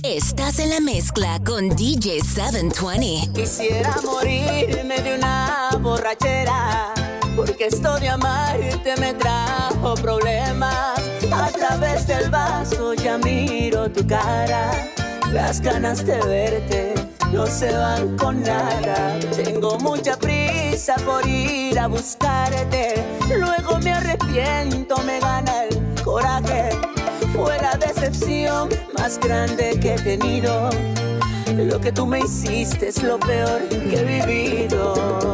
Estás en la mezcla con DJ 720. Quisiera morirme de una borrachera, porque esto de amarte me trajo problemas. A través del vaso ya miro tu cara, las ganas de verte no se van con nada. Tengo mucha prisa por ir a buscarte, luego me arrepiento, me gana el coraje. Fue la decepción más grande que he tenido. Lo que tú me hiciste es lo peor que he vivido.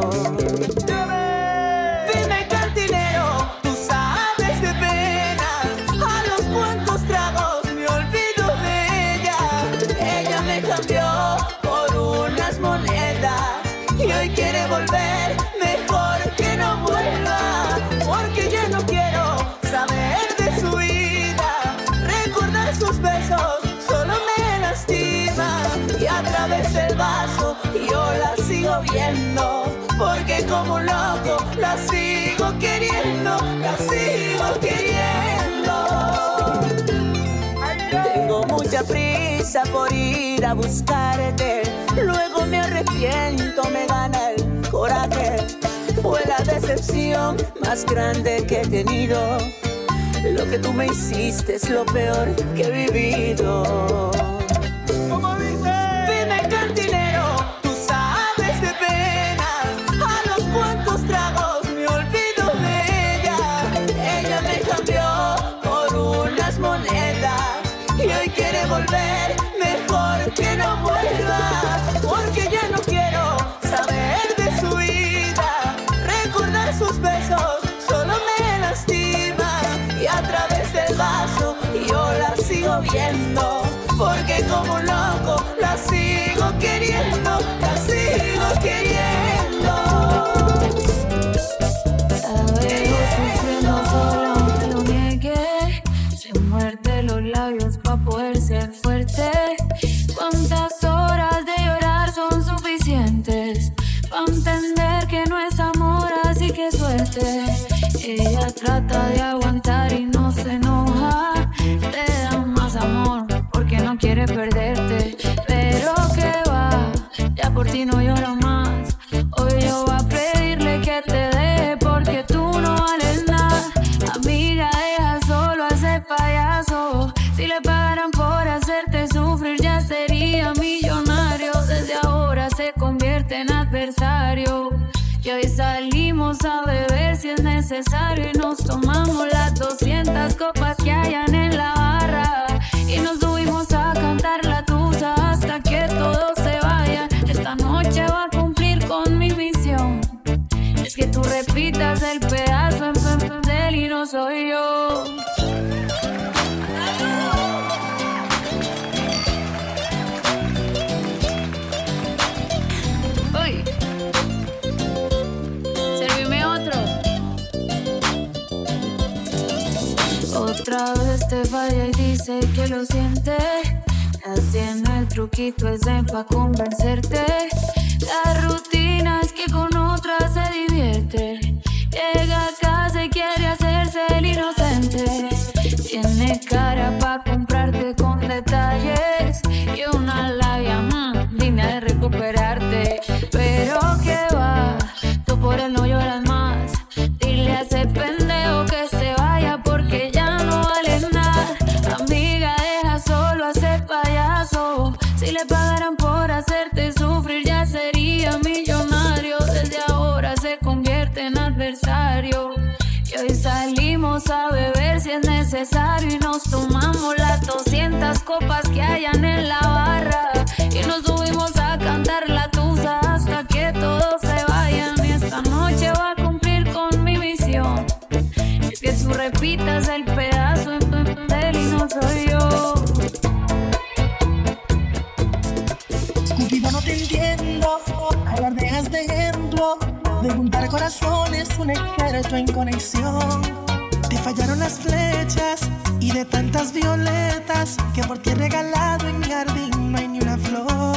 Dime, cantinero, tú sabes de penas. A los cuantos tragos me olvido de ella. Ella me cambió por unas monedas y hoy quiere volver. Mejor que no vuelva, porque ya no quiero saber de su vida. Recordar sus besos solo me lastima, y a través del vaso yo la sigo viendo, porque como un loco la sigo queriendo, la sigo queriendo. Tengo mucha prisa por ir a buscarte, luego me arrepiento, me gana el coraje. Fue la decepción más grande que he tenido. Lo que tú me hiciste es lo peor que he vivido. ¿Cómo dice? Dime, cantinero, tú sabes de penas. A los cuantos tragos me olvido de ella. Ella me cambió por unas monedas y hoy quiere volver. Mejor que no vuelva, porque ya no quiero saber de su vida. Recordar sus besos solo me lastima, y a través del vaso yo la sigo viendo, porque como un loco la sigo queriendo, la sigo queriendo. La veo sufriendo sola aunque lo niegue, se muerde los labios pa' poder ser fuerte. ¿Cuántas horas de llorar son suficientes pa' entender que no es amor, así que suerte? Ella trata de aguantar y no se enoja, te da más amor porque no quiere perderte. Pero que va, ya por ti no lloro más. Hoy yo voy a pedirle que te deje, porque tú no vales nada. Amiga, deja solo a ese payaso. Si le pagaran por hacerte sufrir ya sería millonario. Desde ahora se convierte en adversario, y hoy salimos a beber si es necesario, y nos tomamos las 200 copas que hayan en la barra, y nos subimos a cantar la tusa hasta que todos se vayan. Esta noche va a cumplir con mi misión, es que tú repitas el pedazo en de él y no soy yo. Uy, servime otro. Otra vez te falla y dice que lo siente. Ya tiene el truquito ese pa' convencerte. La rutina es que con otra se divierte. Llega a casa y quiere hacerse el inocente. Tiene cara pa' comprarte con detalles y una labia digna de recuperarte. Pero que va, tú por él no lloras más. Dile a ese pendejo que se vaya, porque ya no vale nada. Amiga, deja solo a ese payaso. Si le pagaran por hacerte sufrir ya sería millonario. Desde ahora se convierte en adversario, y hoy salimos a beber si es necesario, y nos tomamos las 200 copas que hayan en la barra, y nos subimos a cantar la tusa hasta que todos se vayan. Y esta noche va a cumplir con mi misión, es que tú repitas el pedazo de él y no soy yo. Cupido, no te entiendo, alardeas dentro de juntar corazones, un experto en conexión. Te fallaron las flechas y de tantas violetas que por ti he regalado en mi jardín no hay ni una flor.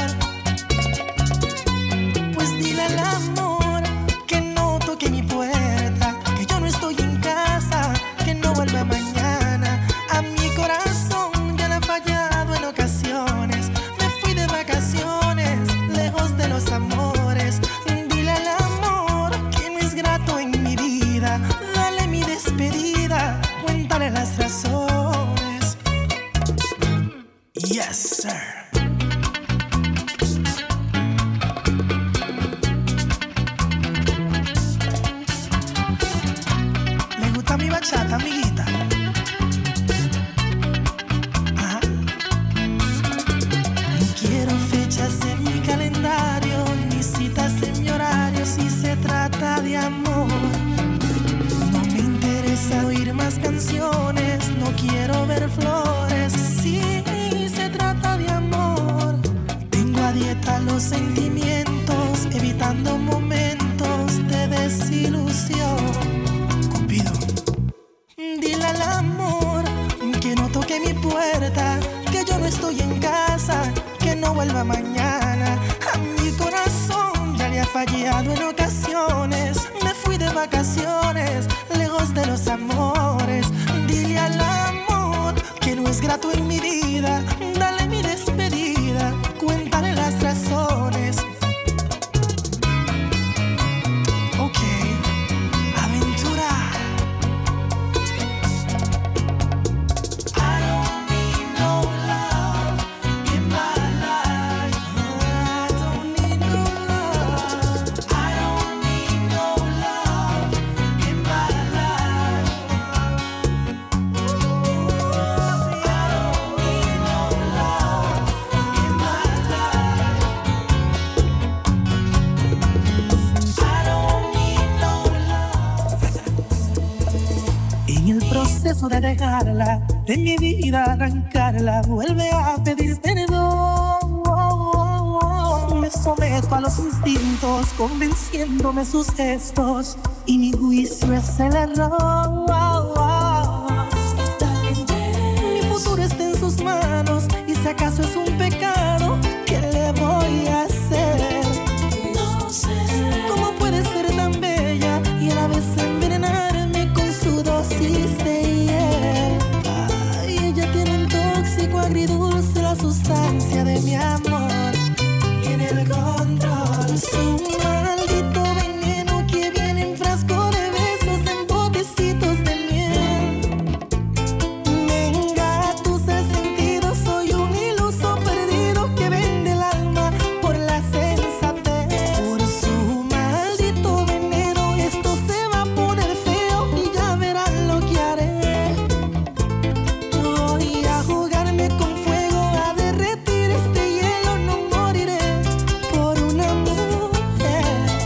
Pues dile al amor que no toque mi puerta, que yo no estoy en casa, que no vuelva mañana. A mi corazón ya le ha fallado en ocasiones, Cuéntale las razones. Yes, sir. ¿Le gusta mi bachata, amiguita? Ajá. No quiero fechas en mi calendario, ni citas en mi horario si se trata de amor. No me interesa oír más canciones, no quiero ver flores si se trata de amor. Tengo a dieta los sentimientos, evitando momentos de desilusión. Cupido, dile al amor que no toque mi puerta, que yo no estoy en casa, que no vuelva mañana. A mi corazón ya le ha fallado en ocasiones. Me fui de vacaciones, lejos de los amores. Dile al amor que no es grato en mi vida. Dale mi despedida, cuéntale las razones. Ok, aventura. I don't need no love in my life. I don't need no love. I don't need no love in my life. I don't need no love in my life. I don't need no love. En el proceso de dejarla, de mi vida arrancarla, vuelve a pedir perdón. Me someto a los instintos, convenciéndome sus gestos, y mi juicio es el error. Mi futuro está en sus manos, y si acaso es un pecado, ¿qué le voy a hacer? No sé cómo puede ser tan bella y a la vez envenenarme con su dosis de hiel. Ay, ella tiene el tóxico agridulce, la sustancia de mi amor. Tiene el control, su maldito veneno que viene en frasco de besos, en botecitos de miel. Me engatusa el sentido, soy un iluso perdido que vende el alma por la sensatez. Por su maldito veneno esto se va a poner feo y ya verán lo que haré. Voy a jugarme con fuego, a derretir este hielo, no moriré por una mujer.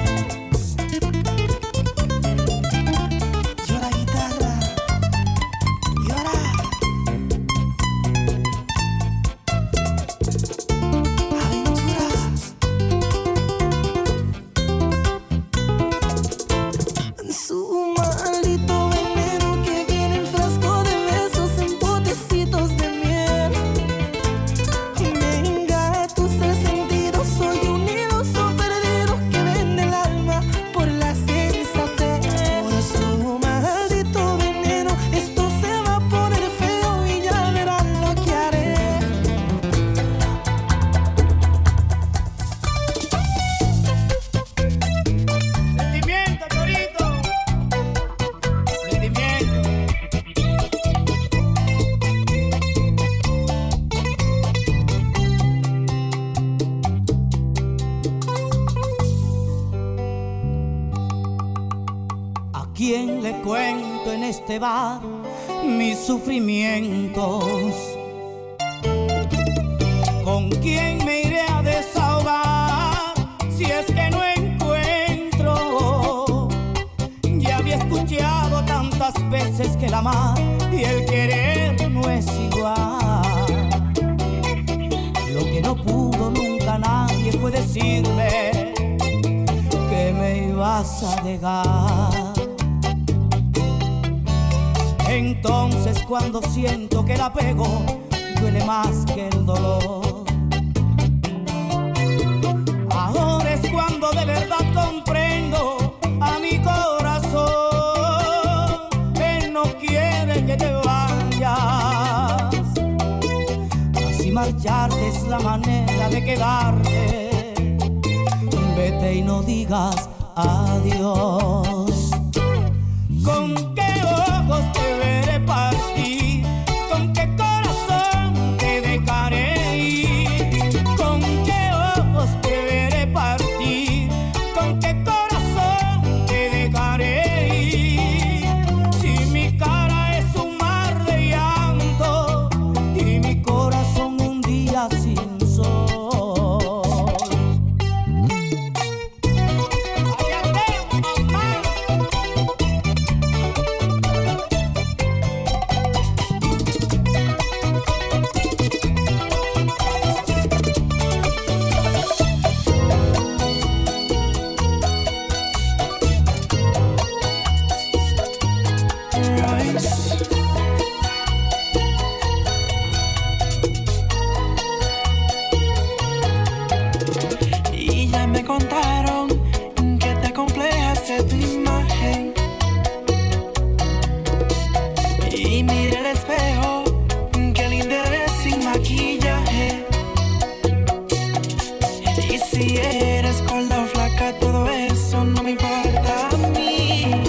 Llora guitarra, llora. Aventura. Su maldito veneno que viene en frasco de besos, en botecitos de miel. Me engatusa el sentido, soy un iluso perdido que vende el alma por la sensatez. Por su maldito veneno esto se va a poner feo y ya verán lo que haré. Sentimiento, Torito. Sentimiento. ¿A quién le cuento en este bar mis sufrimientos? ¿Con quién me iré a desahogar si es que no encuentro? Ya había escuchado tantas veces que el amar y el querer no es igual. Lo que no pudo nunca nadie fue decirme que me ibas a dejar. Entonces cuando siento que el apego duele más que el dolor, ahora es cuando de verdad comprendo a mi corazón. Él no quiere que te vayas, así marcharte es la manera de quedarte. Vete y no digas adiós. ¿Con qué ojos te veré partir? espejo, qué linda eres sin maquillaje. Y si eres gorda o flaca, todo eso no me importa a mí.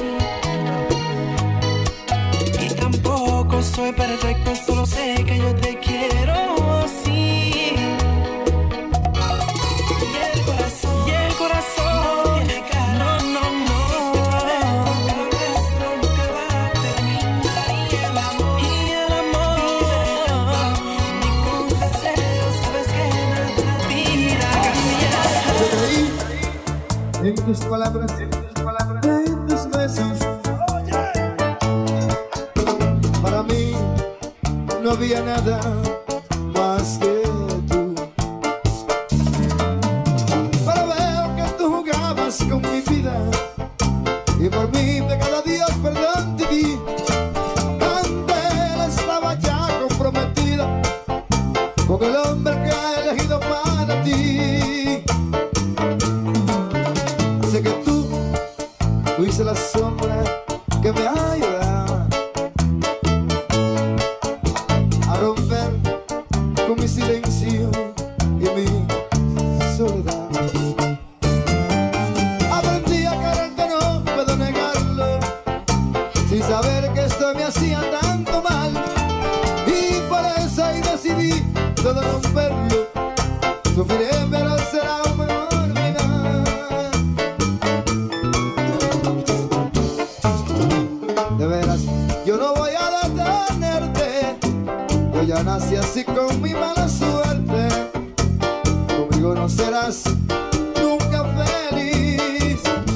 Y tampoco soy perfecto, solo sé que yo te quiero así. Y el corazón tiene cara, no. Lo nuestro nunca va a terminar. Y el amor, ni con deseos, sabes que nada tira a cambiar. En tus palabras, en tus besos. Para mí no había nada más que tú. Pero veo que tú jugabas con mi vida y por mí de cada Dios perdón te di. Antes estaba ya comprometida con el hombre que ha elegido para ti. Sé que tú fuiste la sombra que me ayuda a romper con mi silencio y mi soledad. Aprendí a quererte, no puedo negarlo, sin saber que esto me hacía tanto mal. Y por eso ahí decidí todo romperlo. Sufriré, pero será un mejor final. De veras, yo no voy a detenerte. Yo ya nací así con mi mala suerte. Conmigo no serás nunca feliz.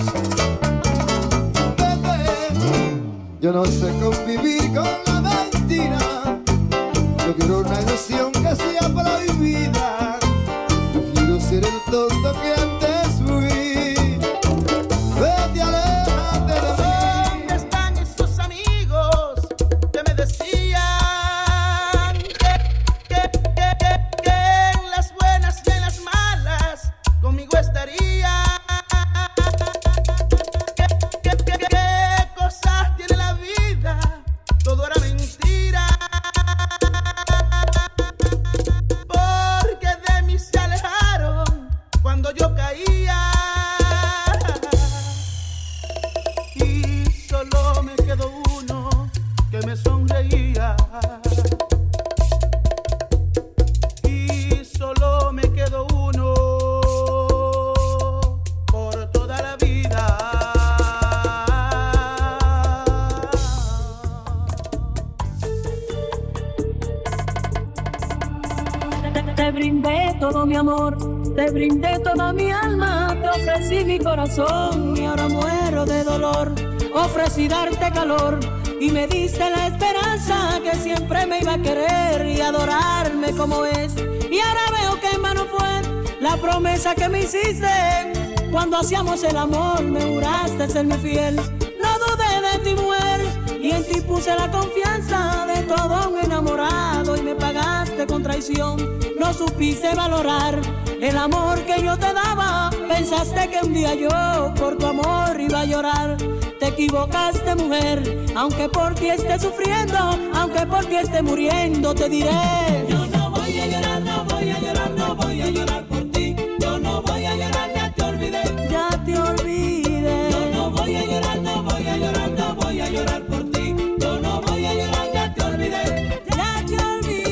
Vete, yo no sé convivir con la mentira. Yo quiero una ilusión que sea prohibida. Yo quiero ser el tonto que antes fui. Vete, aléjate de mí. ¿Dónde están esos amigos que me decían que en las buenas y en las malas conmigo estarían? ¿Qué cosas tiene la vida? Todo era mentira. Porque de mí se alejaron cuando yo caía. Y solo me quedó uno que me sonreía. Y solo me quedó uno por toda la vida. Te brindé todo mi amor, te brindé toda mi alma, te ofrecí mi corazón y ahora muero de dolor. Ofrecí darte calor y me diste la esperanza que siempre me iba a querer y adorarme como es. Y ahora veo que en vano fue la promesa que me hiciste. Cuando hacíamos el amor me juraste serme fiel. No dudé de ti, mujer, y en ti puse la confianza de todo un enamorado y me pagaste con traición. No supiste valorar el amor que yo te daba. Pensaste que un día yo por tu amor iba a llorar. Te equivocaste, mujer, aunque por ti esté sufriendo, aunque por ti esté muriendo, te diré. Yo no voy a llorar, no voy a llorar, no voy a llorar por ti. Yo no voy a llorar, ya te olvidé. Ya te olvidé. Yo no voy a llorar, no voy a llorar, no voy a llorar por ti. Yo no voy a llorar, ya te olvidé. Ya te olvidé.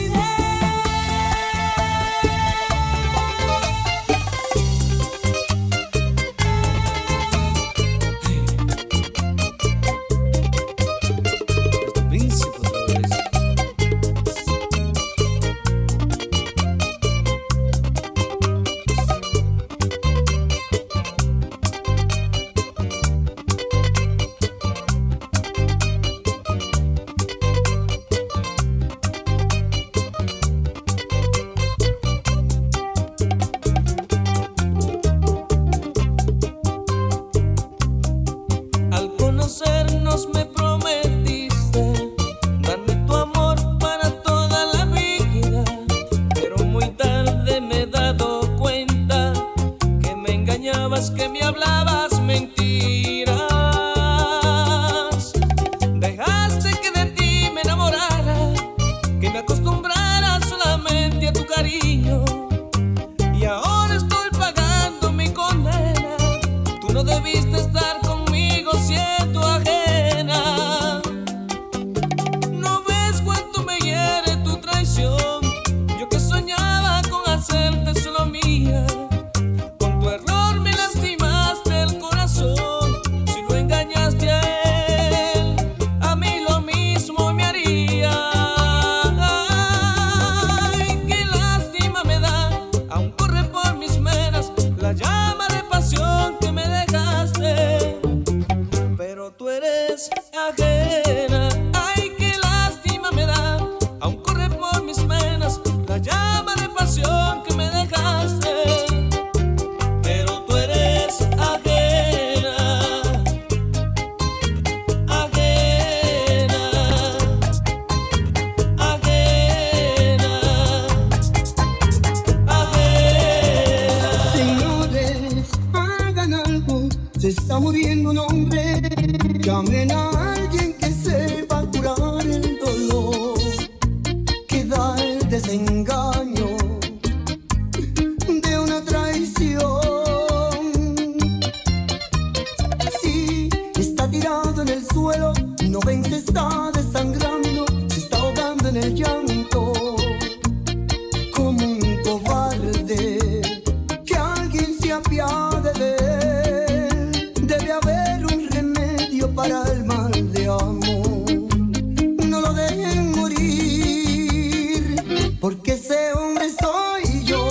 llanto como un cobarde, que alguien se apiade de él. Debe haber un remedio para el mal de amor. No lo dejen morir, porque ese hombre soy yo.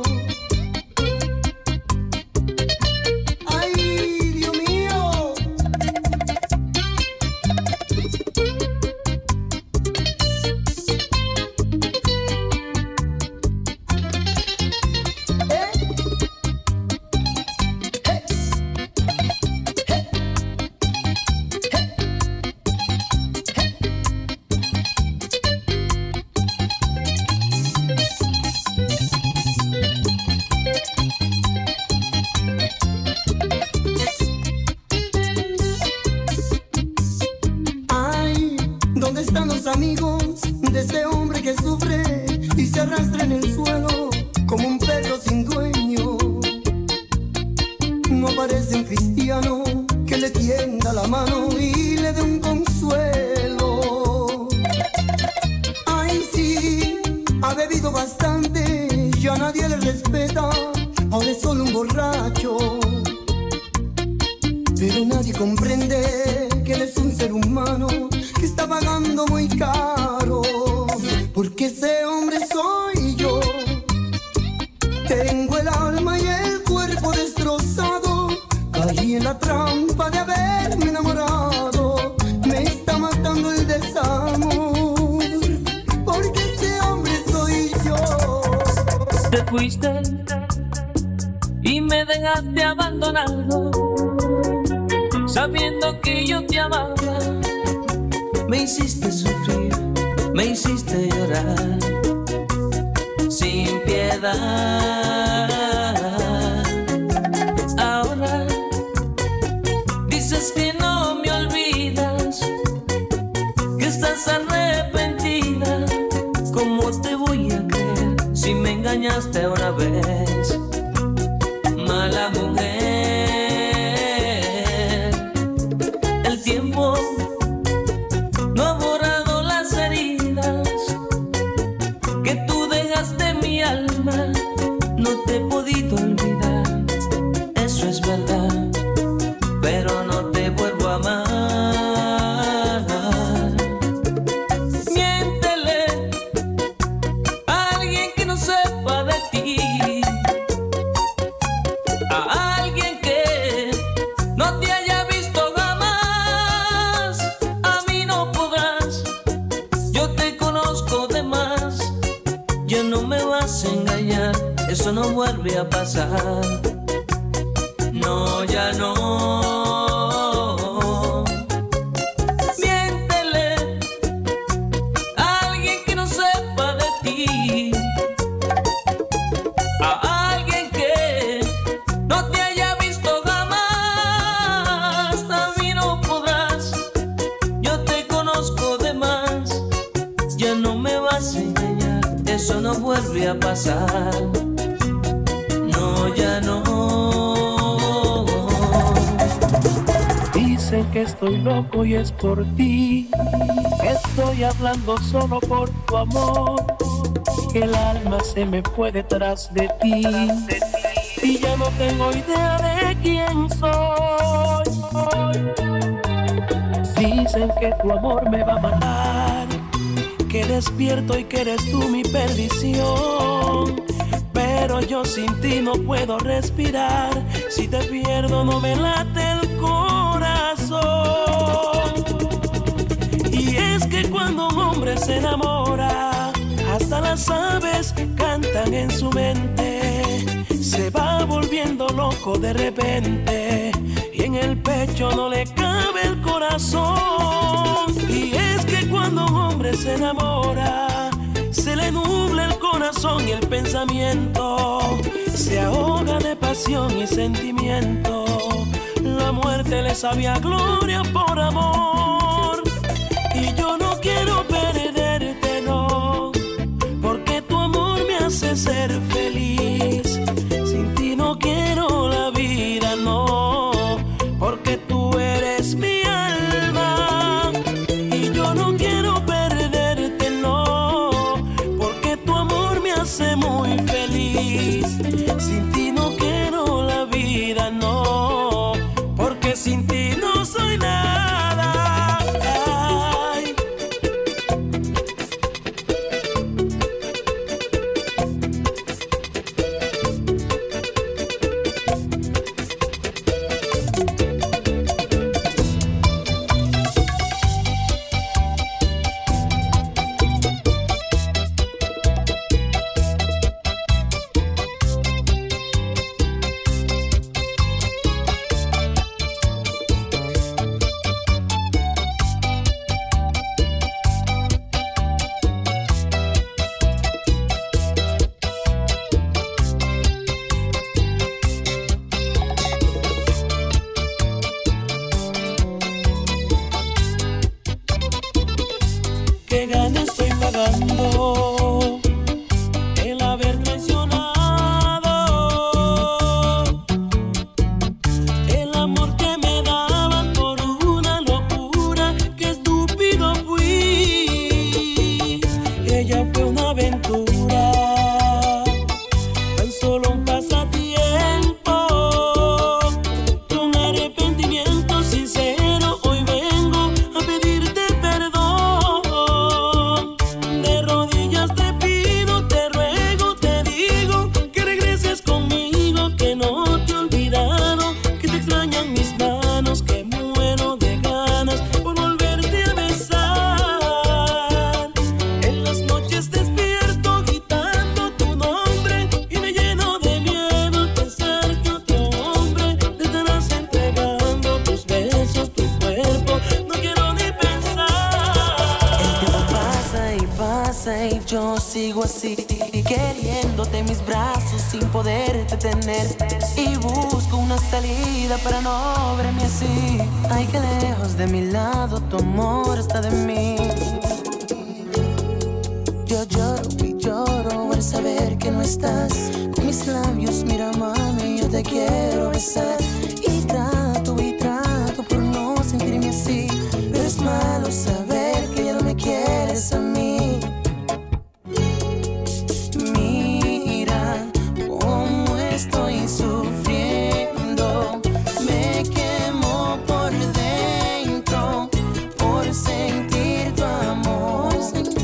¿Dónde están los amigos de ese hombre que sufre y se arrastra en el suelo como un perro sin dueño? No aparece un cristiano que le tienda la mano y le dé un consuelo. Ay, sí, ha bebido bastante, ya nadie le respeta, ahora es solo un borracho. Pero nadie comprende que él es un ser humano que está pagando muy caro, porque ese hombre soy yo. Tengo el alma y el cuerpo destrozado, caí en la trampa de haberme enamorado. Me está matando el desamor, porque ese hombre soy yo. Te fuiste y me dejaste abandonado, sabiendo que yo te amaba. Me hiciste sufrir, me hiciste llorar sin piedad. Ahora dices que no me olvidas, que estás arrepentida. ¿Cómo te voy a creer si me engañaste una vez? Mala mujer, el tiempo no ha borrado las heridas que tú dejaste en mi alma. No te he podido olvidar, eso es verdad, pero no te vuelvo a amar. Miéntele a alguien que no sepa de ti, a alguien que no te haya visto jamás. A mí no podrás, yo te conozco de más. Ya no me vas a engañar, eso no vuelve a pasar. No, ya no. Miéntele a alguien que no sepa de ti, a alguien que no te haya visto jamás. A mí no podrás, yo te conozco de más. Ya no me vas a engañar, eso no vuelve a pasar. No, ya no. Dicen que estoy loco y es por ti. Estoy hablando solo por tu amor, que el alma se me fue detrás de ti y ya no tengo idea de quién soy. Dicen que tu amor me va a matar, que despierto y que eres tú mi perdición. Pero yo sin ti no puedo respirar, si te pierdo no me late el corazón. Y es que cuando un hombre se enamora, hasta las aves cantan en su mente. Se va volviendo loco de repente y en el pecho no le cabe el corazón. Y es que cuando un hombre se enamora, se le nubla el corazón y el pensamiento, se ahoga de pasión y sentimiento. La muerte le sabe a gloria por amor. Y yo no quiero perderte, no, porque tu amor me hace ser feliz. Sin ti no quiero la vida, no, porque tú eres mi alma. Y yo no quiero perderte, no, babe, yo sigo así, queriéndote en mis brazos sin poderte tener. Y busco una salida para no verme así. Ay, que lejos de mi lado tu amor está de mí. Yo lloro y lloro al saber que no estás. Con mis labios, mira mami, yo te quiero besar. Y trato por no sentirme así, pero es malo saber que ya no me quieres a mí. Mira cómo estoy sufriendo, me quemo por dentro por sentir tu amor,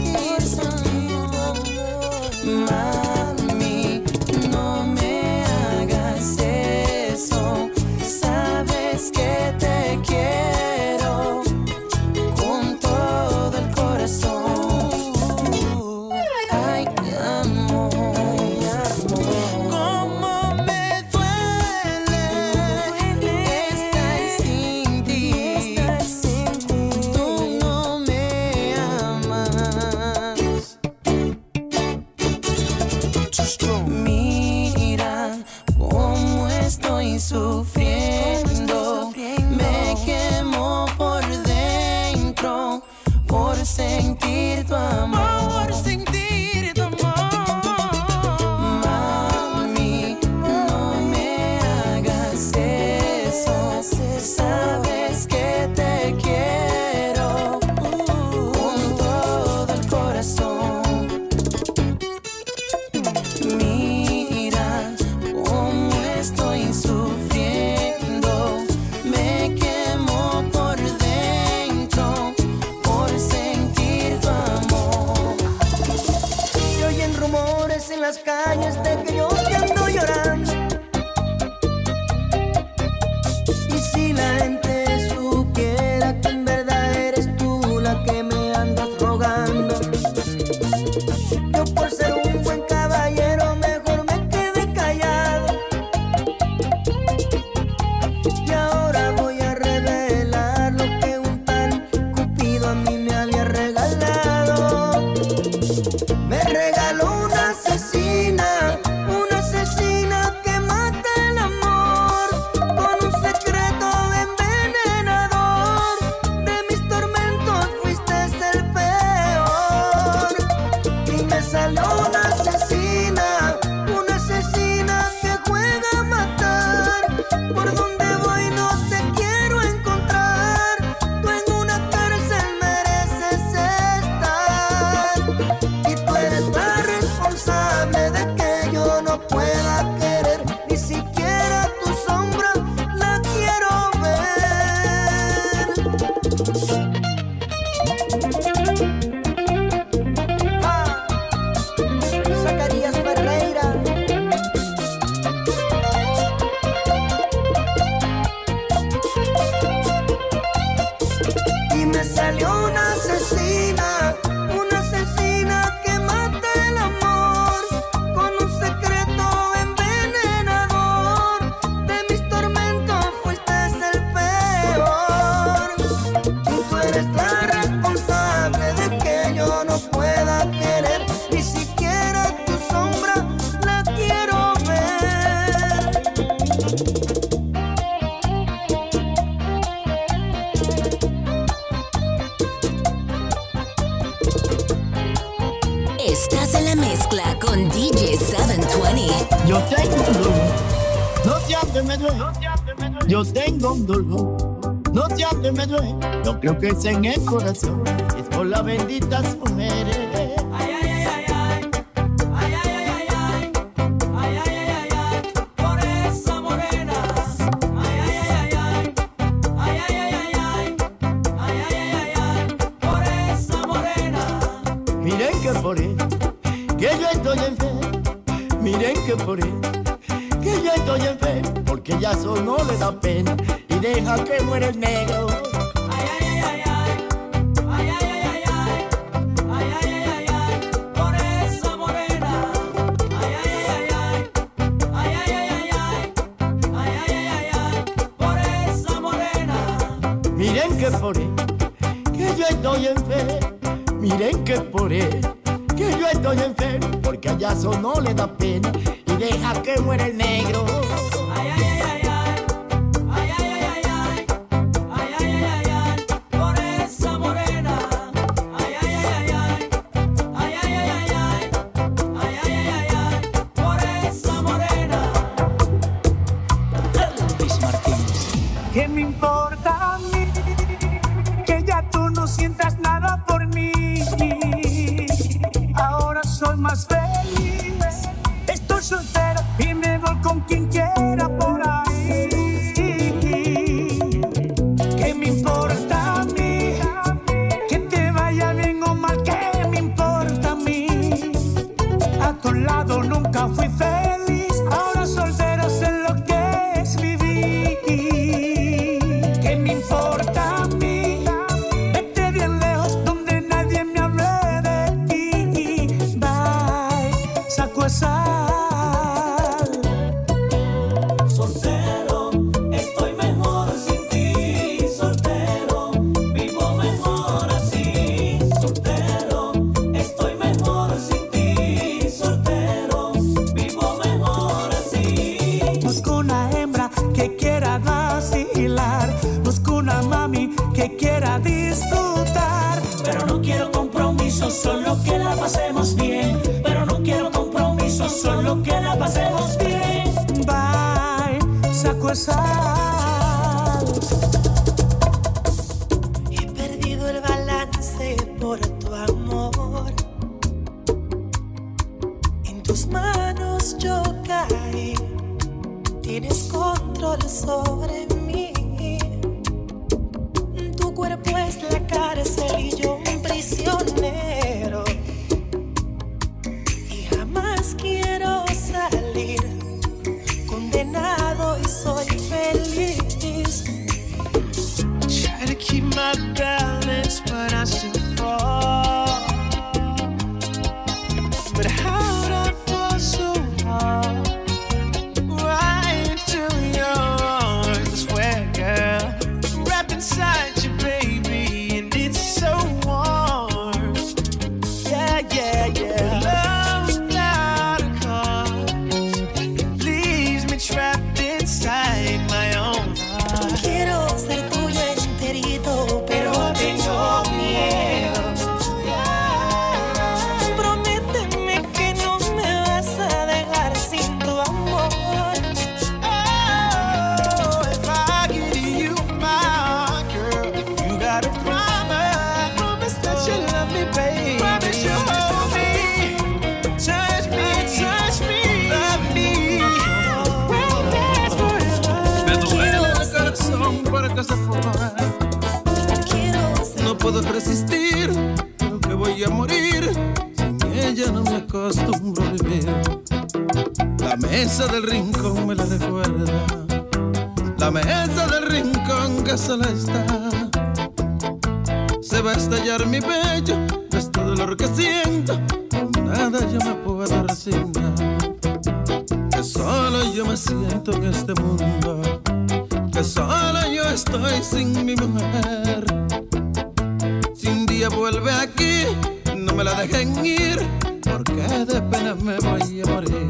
Mami, no me hagas eso, sabes que te quiero con todo el corazón. Ay, amor, cómo me duele estar sin ti. Tú no me amas. Mira cómo estoy sufriendo, me quemo por dentro por sentir tu amor, Mami, no me hagas eso, sabes que te quiero con todo el corazón. Mira cómo estoy sufriendo, me quemo por dentro por sentir tu amor. Se oyen rumores en las calles de que yo te ando llorando. Y si la gente supiera que en verdad eres tú la que me andas rogando, yo por ser un buen caballero mejor me quedé callado. Y ahora voy a revelar lo que un tal Cupido a mí me había regalado. Me regaló una asesina que mata el amor con un secreto envenenador. De mis tormentos fuiste el peor. Y me salió una asesina que juega a matar. Por donde voy no te quiero encontrar. Tú en una cárcel mereces estar. Y tú eres la responsable de que yo no pueda querer. Ni siquiera tu sombra la quiero ver. Zacarías Ferreira. Y me salió una asesina que mata el amor con un secreto envenenador. De mis tormentos fuiste el peor. Y tú eres la responsable de que yo no pueda querer. Ni siquiera tu sombra la quiero ver. Estás en la mezcla con DJ 720. Yo tengo un dolor, no te hables, me duele. Yo tengo un dolor, no te hables, me duele. No creo que sea en el corazón, es por las benditas mujeres. Ay, ay, ay, ay, ay. Ay, ay, ay, ay, ay. Ay, ay, ay, ay, ay. Por esa morena. Ay, ay, ay, ay. Ay, ay, ay, ay, ay. Ay, ay, ay, ay. Por esa morena. Miren que por él, que yo estoy enfermo. Miren que por él, que yo estoy enfermo. Porque ya eso no le da pena y deja que muera el negro. Ay, ay, ay, ay, ay. Ay, ay, ay, ay, ay. Ay, ay, ay, ay, ay. Por esa morena. Ay, ay, ay, ay, ay. Ay, ay, ay, ay, ay. Ay, ay, ay, ay, ay. Por esa morena. Miren que por él, que yo estoy enfermo. Miren que por él, que yo estoy enfermo, porque allá eso no le da pena y deja que muera el negro. Ay, ay, ay, ay, ay. Ay, ay, ay, ay, ay. Ay, ay, ay, ay, ay. Por esa morena. Ay, ay, ay, ay, ay. Ay, ay, ay, ay, ay. Ay, ay, ay, ay, ay. Por esa morena. Luis Martínez. ¿Qué me importa a mí? Que ya tú no sientas nada por mí. Ahora soy más feliz. Estoy soltero y me voy con quien quiera por ahí. ¿Qué me importa a mí? Que te vaya bien o mal, ¿qué me importa a mí? A tu lado nunca fui feliz. Ahora soltero sé lo que es vivir. ¿Qué me importa a mí? Vete bien lejos donde nadie me hable de ti. Bye, saco esa. Soltero, estoy mejor sin ti. Soltero, vivo mejor así. Soltero, estoy mejor sin ti. Soltero, vivo mejor así. Busco una hembra que quiera vacilar. Busco una mami que quiera disfrutar. Pero no quiero compromiso, solo que la pasemos bien. Pero no quiero compromiso, solo que la pasemos bien. Bye, saco esa. He perdido el balance por tu amor. En tus manos yo caí. Tienes control sobre mí. Tu cuerpo es la cárcel y yo un prisionero. Y jamás quiero salir. Condenado y soy feliz. Try to keep my balance, but I still fall. But how'd I fall so hard? Right into your arms, where, girl, wrapped inside you, baby, and it's so warm. Yeah, yeah, yeah. Love without a cause leaves me trapped inside my own heart. Quiero ser tuyo enterito, pero tengo miedo. Prométeme que no me vas a dejar sin tu amor. Oh, if I give you my heart, girl, you gotta promise that you love me, baby. Promise you'll hold me, touch me, love me. We'll dance forever. Me duele el corazón porque se fue. No puedo resistir, creo que voy a morir. Sin ella no me acostumbro a vivir. La mesa del rincón me la recuerda. La mesa del rincón que sola está. Se va a estallar mi pecho de este dolor que siento. Con nada yo me puedo resignar. Que solo yo me siento en este mundo. Que solo yo estoy sin mi mujer. Si un día vuelve aquí, no me la dejen ir, porque de pena me voy a morir.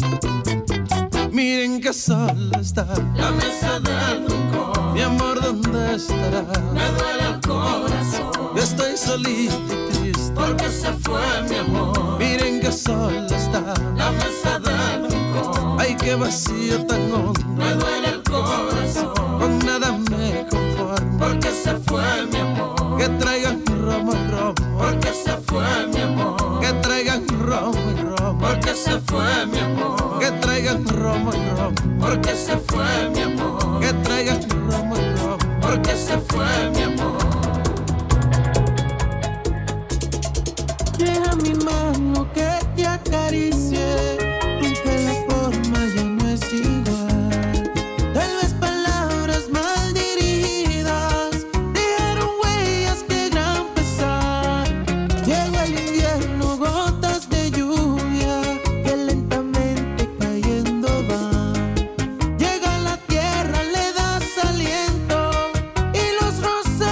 Miren que sola está la mesa del rincón. Mi amor, ¿dónde estará? Me duele el corazón. Yo estoy solito y triste porque se fue mi amor. Miren que sola está la mesa del rincón. Ay, qué vacío tan hondo. Me duele el corazón. Con nada me conformo porque se fue mi amor. Que traigan romo y romo porque se fue mi amor. Que traigan romo y romo porque se fue mi amor. Que traigan romo y romo porque se fue mi amor. Que traigan romo y romo porque se fue mi amor. Deja mi mano que te acaricie, aunque la forma ya no es igual. Tal vez palabras mal dirigidas dejaron huellas que gran pesar. Llegó el invierno, gotas de lluvia que lentamente cayendo van. Llega la tierra, le das aliento y los rosas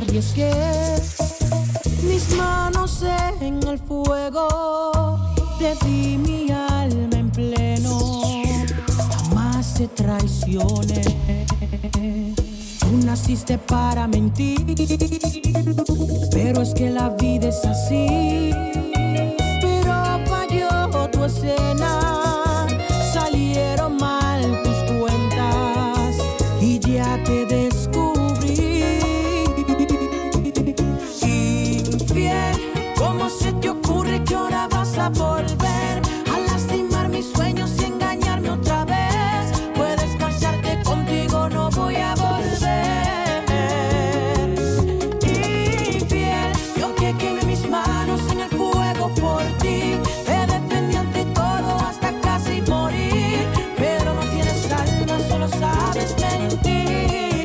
Y es que mis manos en el fuego, te di mi alma en pleno, jamás te traicioné. Tú naciste para mentir, pero es que la vida es así. Pero falló tu escena, salieron mal tus cuentas y ya te descubrí. Infiel, ¿cómo se te ocurre que ahora vas a volver a lastimar mis sueños y engañarme otra vez? Puedes marcharte, contigo no voy a volver. Infiel, yo que quemé mis manos en el fuego por ti, te defendí ante todo hasta casi morir, pero no tienes alma, solo sabes mentir.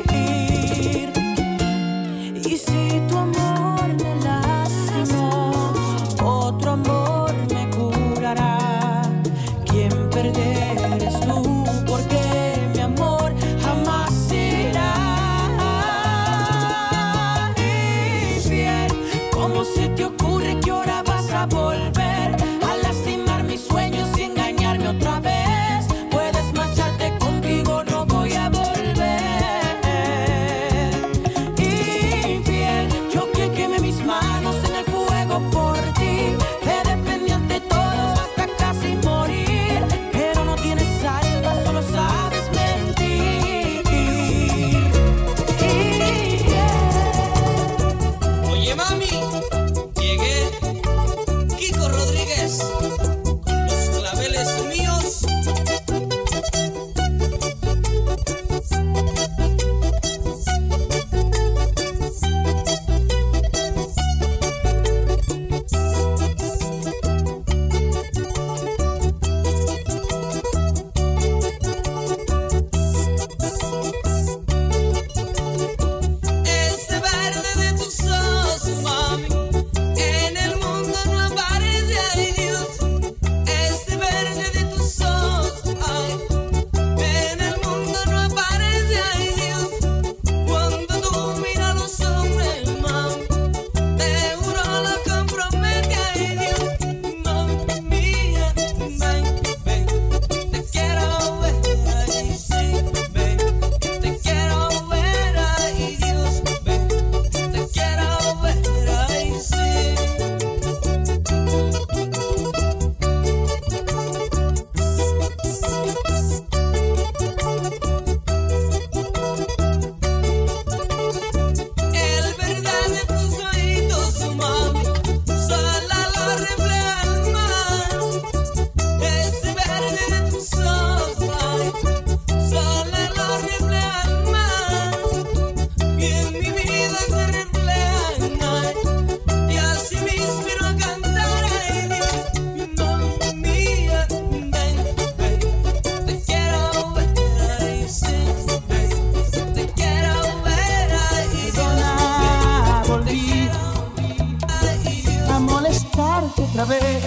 Y si tu amor me lastimó, otro amor me curará. Quien perder eres tú, porque mi amor jamás irá. Infiel, ¿cómo se te ocurre que ahora vas a volver a lastimar mis sueños y engañarme otra vez? Puedes marcharte, contigo no voy a volver. Infiel, yo que quemé mis manos en el fuego por ti, te defendí ante todos hasta casi morir, pero no tienes alma, solo sabes mentir. Oye mami, llegué, Kiko Rodríguez, los claveles míos. Este verde de tus ojos, mami, en el mundo no aparece, ay Dios. Este verde de tus ojos, ay, en el mundo no aparece, ay Dios. Cuando tú miras a los hombres, mami, te juro lo compromete, ay Dios. Mami mía, ven, ven, te quiero ver, ay sí, ven, te quiero ver, ay Dios, ven, te quiero ver, ay sí. El verdad de tus ojitos, mami, sola lo refleja el mar. Ese verde de tus ojos, ay, sola lo refleja el mar. Y en mi vida se refleja el mar, y así me inspiro a cantar, ay Dios. Mami mía, ven, ven, te quiero ver, ay sí, ven, te quiero ver, ay Dios. Volví a molestarte otra vez.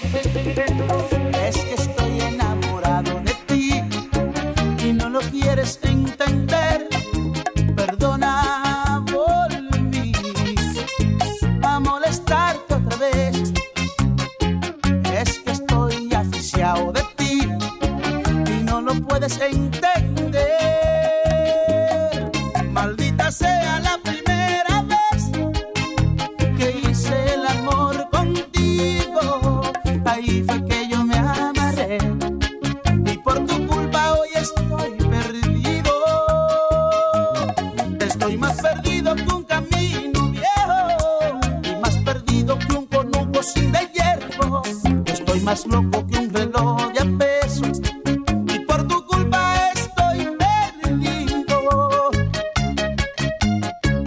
Es que estoy enamorado de ti y no lo quieres entender. Perdona, volví a molestarte otra vez. Es que estoy asfixiado de ti y no lo puedes entender. Maldita sea la primera vez que hice el amor contigo. Ahí fue que yo me amarré y por tu culpa hoy estoy perdido. Estoy más perdido que un camino viejo y más perdido que un conuco sin de hierro. Estoy más loco que un reloj de a peso y por tu culpa estoy perdido.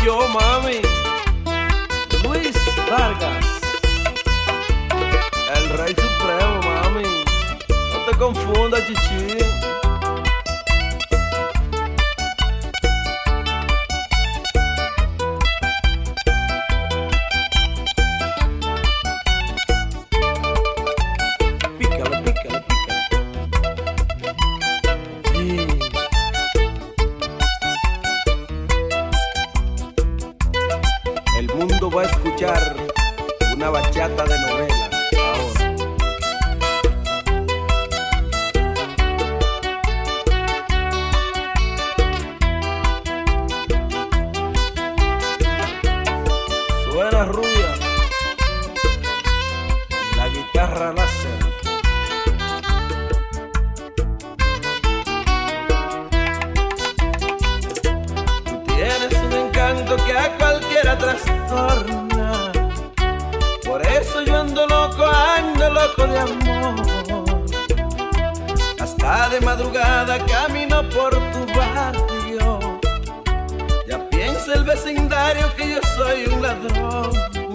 yo, mami. Luis Vargas, el rey supremo, mami. No te confundas, chichi. Va a escuchar una bachata de novela ahora. Suena rubia la guitarra láser. Tú tienes un encanto que a cualquiera trastorna. Por eso yo ando loco de amor. Hasta de madrugada camino por tu barrio. Ya piensa el vecindario que yo soy un ladrón.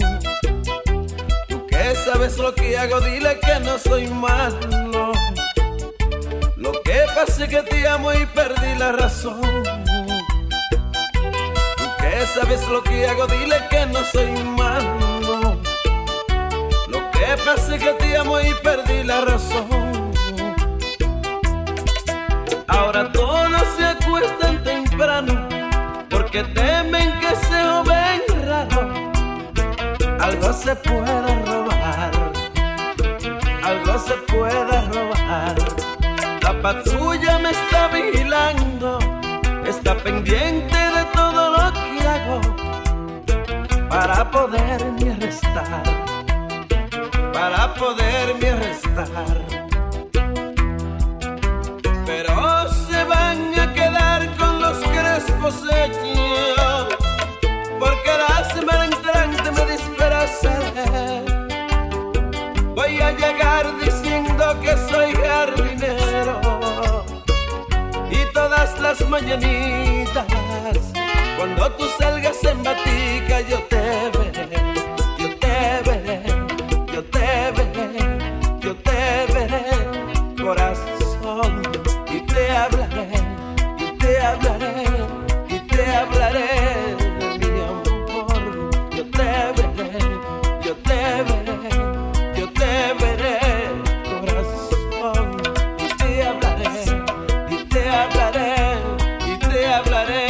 Tú que sabes lo que hago, dile que no soy malo. Lo que pasa es que te amo y perdí la razón. Sabes lo que hago, dile que no soy malo. Lo que pasa es que te amo y perdí la razón. Ahora todos se acuestan temprano porque temen que se joven raro. Algo se puede robar, algo se puede robar. La patrulla me está vigilando, está pendiente de todo lo que hago para poderme arrestar, para poderme arrestar. Pero se van a quedar con los crespos hechos, porque la semana entrante me disfrazaré. Voy a llegar diciendo que soy jardinero y todas las mañanitas cuando tú salgas en batica yo te veré, yo te veré, yo te veré, yo te veré, corazón, y te hablaré, y te hablaré, y te hablaré de mi amor. Yo te veré, yo te veré, yo te veré, corazón, y te hablaré, y te hablaré, y te hablaré.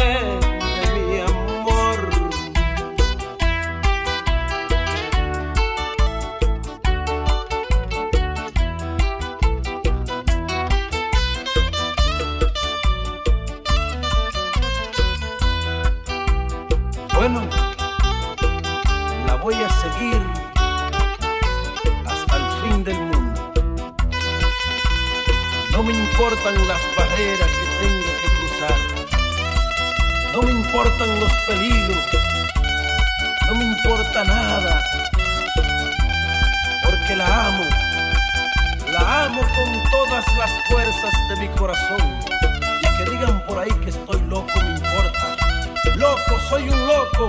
Bueno, la voy a seguir hasta el fin del mundo. No me importan las barreras que tenga que cruzar. No me importan los peligros. No me importa nada. Porque la amo con todas las fuerzas de mi corazón. Y que digan por ahí que estoy loco, me importa. Loco, soy un loco.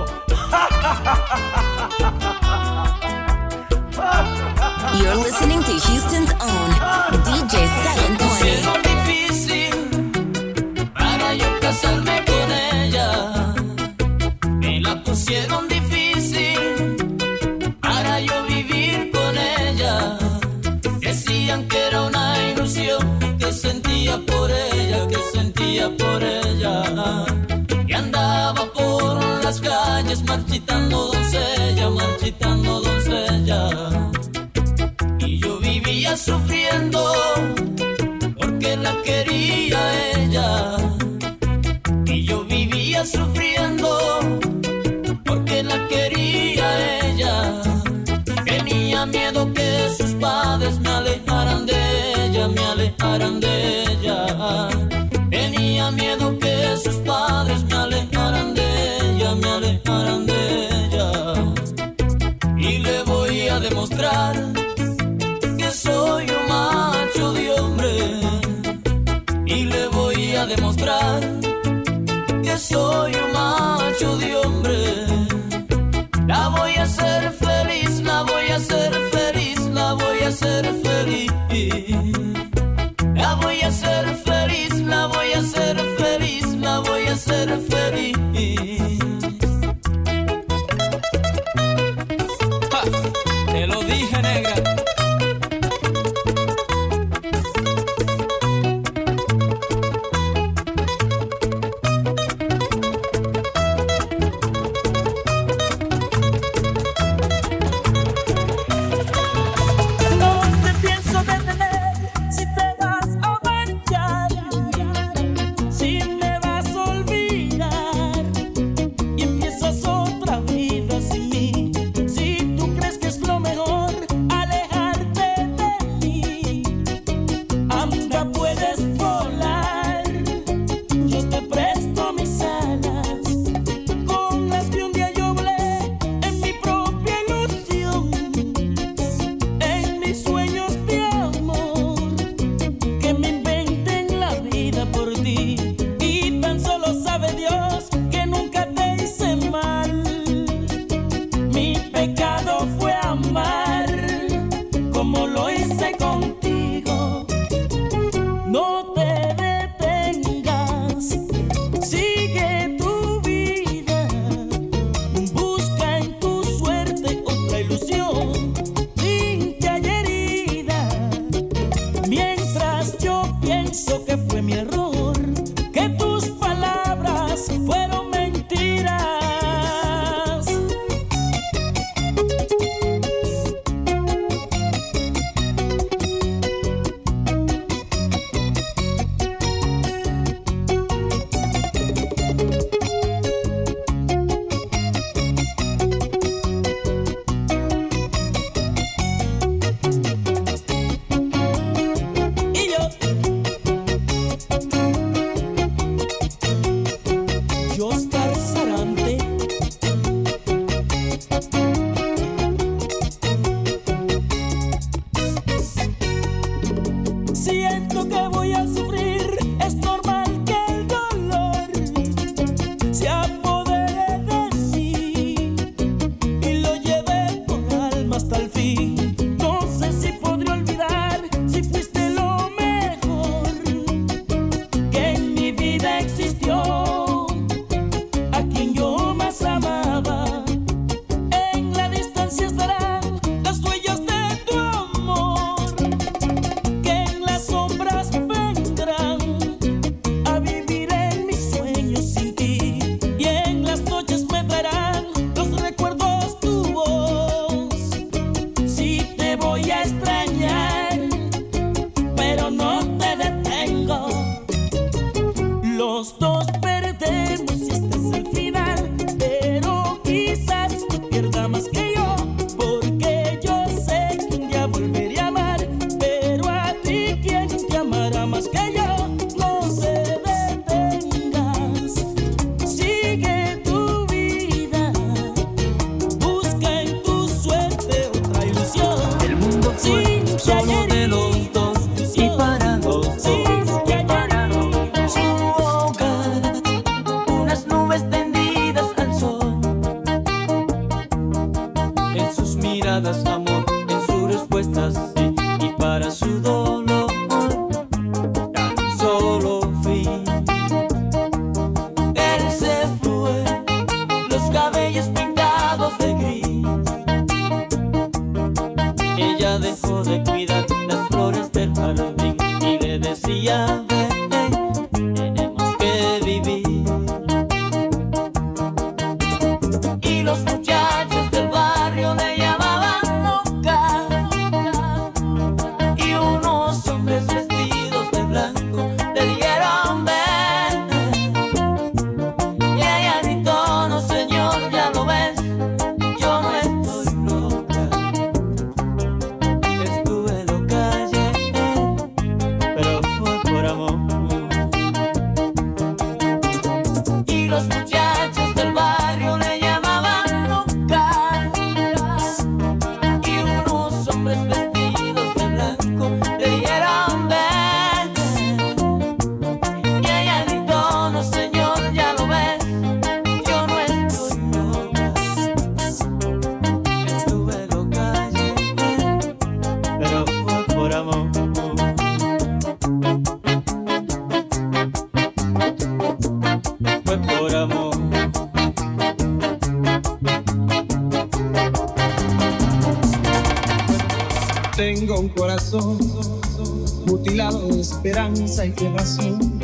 You're listening to Houston's own DJ 720. Difícil para yo casarme con ella. Me la pusieron difícil para yo vivir con ella. Decían que era una ilusión, que sentía por ella, que sentía por ella. Y andaba por las calles marchitando doncella, marchitando doncella. Y yo vivía sufriendo porque la quería ella. Y yo vivía sufriendo porque la quería ella. Tenía miedo que sus padres me alejaran de ella, me alejaran de ella. Tenía miedo que sus padres me alejaran de ella, me alejaran de ella. Y le voy a demostrar que soy un macho de hombre. Y le voy a demostrar que soy un macho de hombre. La voy a hacer feliz, la voy a hacer feliz, la voy a hacer feliz. La voy a hacer feliz, la voy a hacer feliz, la voy a hacer feliz. Ja, te lo dije, negra. Señor, ya lo ves. esperanza y de razón.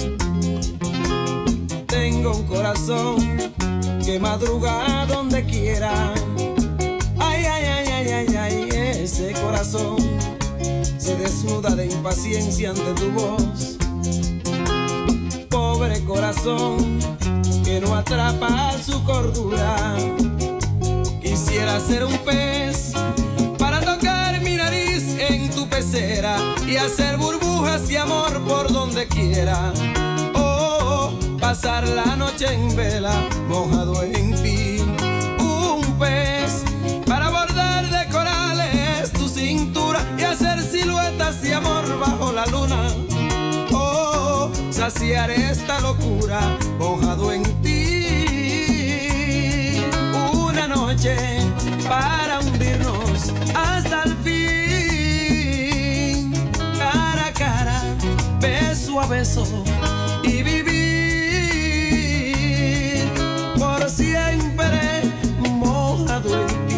Tengo un corazón que madruga donde quiera. Ay, ay, ay, ay, ay, ay, ese corazón se desnuda de impaciencia ante tu voz. Pobre corazón que no atrapa su cordura. Quisiera ser un pez para tocar mi nariz en tu pecera y hacer burbujas y amor por donde quiera. Oh, pasar la noche en vela mojado en ti. Un pez para bordar de corales tu cintura y hacer siluetas de amor bajo la luna. Oh, saciar esta locura mojado en ti. Una noche para hundirnos hasta el fin, cara a cara, beso a beso y vivir por siempre mojado en ti.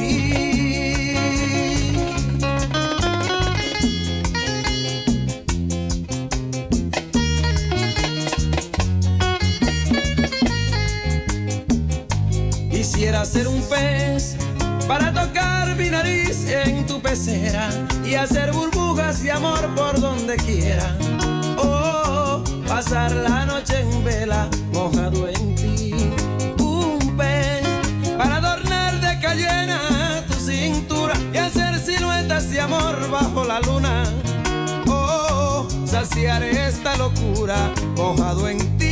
Quisiera ser un pez para tocar mi nariz en tu pecera y hacer burbujas de amor por donde quiera. Oh, pasar la noche en vela mojado en ti. Un pez para adornar de cayena tu cintura y hacer siluetas de amor bajo la luna. Oh, saciar esta locura mojado en ti.